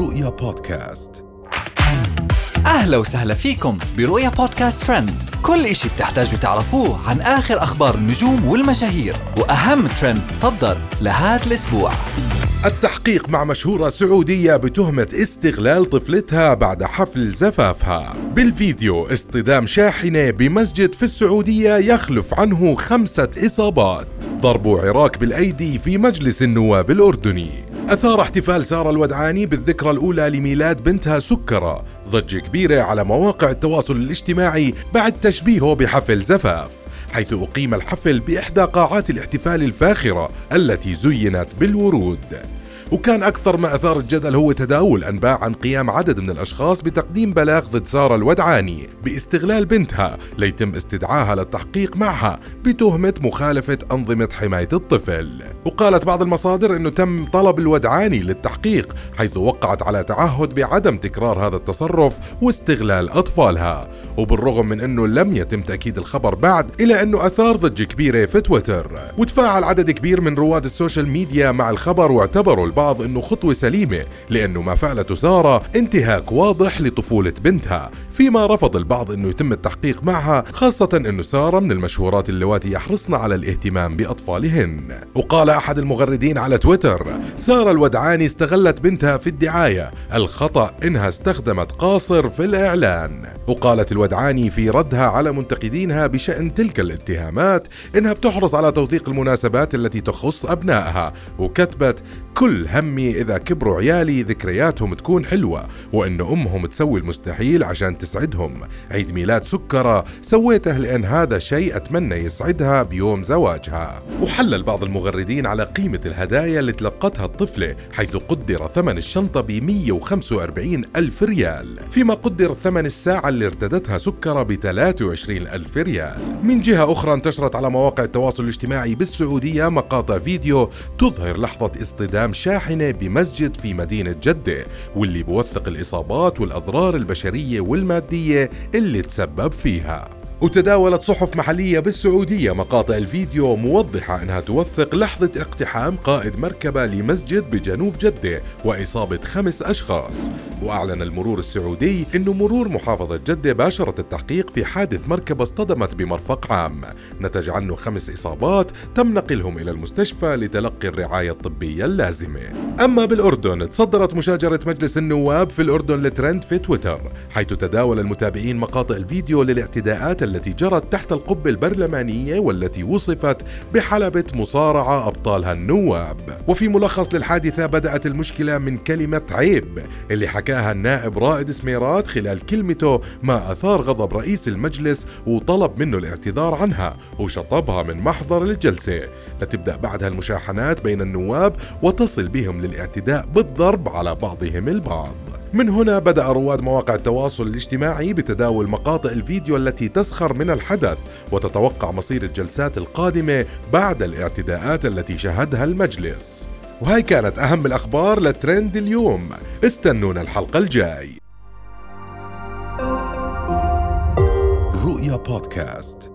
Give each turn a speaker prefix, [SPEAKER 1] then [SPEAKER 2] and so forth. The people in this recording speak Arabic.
[SPEAKER 1] رؤيا بودكاست.
[SPEAKER 2] أهلا وسهلا فيكم برؤيا بودكاست ترند. كل إشي بتحتاجوا تعرفوه عن آخر أخبار النجوم والمشاهير وأهم ترند صدر لهذا الأسبوع.
[SPEAKER 1] التحقيق مع مشهورة سعودية بتهمة استغلال طفلتها بعد حفل زفافها. بالفيديو اصطدام شاحنة بمسجد في السعودية يخلف عنه 5 إصابات. ضرب وعراك بالأيدي في مجلس النواب الأردني. أثار احتفال سارة الودعاني بالذكرى الأولى لميلاد بنتها سكرة ضجة كبيرة على مواقع التواصل الاجتماعي بعد تشبيهه بحفل زفاف، حيث أقيم الحفل بإحدى قاعات الاحتفال الفاخرة التي زينت بالورود. وكان أكثر ما أثار الجدل هو تداول أنباء عن قيام عدد من الأشخاص بتقديم بلاغ ضد سارة الودعاني باستغلال بنتها ليتم استدعائها للتحقيق معها بتهمة مخالفة أنظمة حماية الطفل. وقالت بعض المصادر أنه تم طلب الودعاني للتحقيق، حيث وقعت على تعهد بعدم تكرار هذا التصرف واستغلال أطفالها. وبالرغم من أنه لم يتم تأكيد الخبر بعد، إلا أنه أثار ضجة كبيرة في تويتر، وتفاعل عدد كبير من رواد السوشيال ميديا مع الخبر، واعتبروا البعض أنه خطوة سليمة لأنه ما فعلته سارة انتهاك واضح لطفولة بنتها، فيما رفض البعض أنه يتم التحقيق معها، خاصة أنه سارة من المشهورات اللواتي يحرصن على الاهتمام بأطفالهن. وقال أحد المغردين على تويتر: سارة الودعاني استغلت بنتها في الدعاية، الخطأ إنها استخدمت قاصر في الإعلان. وقالت الودعاني في ردها على منتقدينها بشأن تلك الاتهامات إنها بتحرص على توثيق المناسبات التي تخص أبنائها، وكتبت: كل همي إذا كبروا عيالي ذكرياتهم تكون حلوة، وإن أمهم تسوي المستحيل عشان تسعدهم. عيد ميلاد سكرة سويته لأن هذا شيء أتمنى يسعدها بيوم زواجها. وحلل بعض المغردين على قيمة الهدايا اللي تلقتها الطفلة، حيث قدر ثمن الشنطة ب145 ألف ريال، فيما قدر ثمن الساعة اللي ارتدتها سكرة ب23 ألف ريال. من جهة أخرى انتشرت على مواقع التواصل الاجتماعي بالسعودية مقاطع فيديو تظهر لحظة اصطدام شاحنة بمسجد في مدينة جدة، واللي بوثق الإصابات والأضرار البشرية والمادية اللي تسبب فيها. وتداولت صحف محلية بالسعودية مقاطع الفيديو موضحة أنها توثق لحظة اقتحام قائد مركبة لمسجد بجنوب جدة وإصابة 5 أشخاص. وأعلن المرور السعودي أنه مرور محافظة جدة باشرت التحقيق في حادث مركبة اصطدمت بمرفق عام، نتج عنه 5 إصابات تم نقلهم إلى المستشفى لتلقي الرعاية الطبية اللازمة. أما بالأردن، تصدرت مشاجرة مجلس النواب في الأردن لترند في تويتر، حيث تداول المتابعين مقاطع الفيديو للاعتداءات التي جرت تحت القبة البرلمانية، والتي وصفت بحلبة مصارعة أبطالها النواب. وفي ملخص للحادثة، بدأت المشكلة من كلمة عيب اللي حكاها النائب رائد سميرات خلال كلمته، ما أثار غضب رئيس المجلس وطلب منه الاعتذار عنها وشطبها من محضر الجلسة، لتبدأ بعدها المشاحنات بين النواب وتصل بهم للاعتداء بالضرب على بعضهم البعض. من هنا بدأ رواد مواقع التواصل الاجتماعي بتداول مقاطع الفيديو التي تسخر من الحدث وتتوقع مصير الجلسات القادمة بعد الاعتداءات التي شهدها المجلس. وهي كانت أهم الأخبار لترند اليوم، استنونا الحلقة الجاي. رؤيا بودكاست.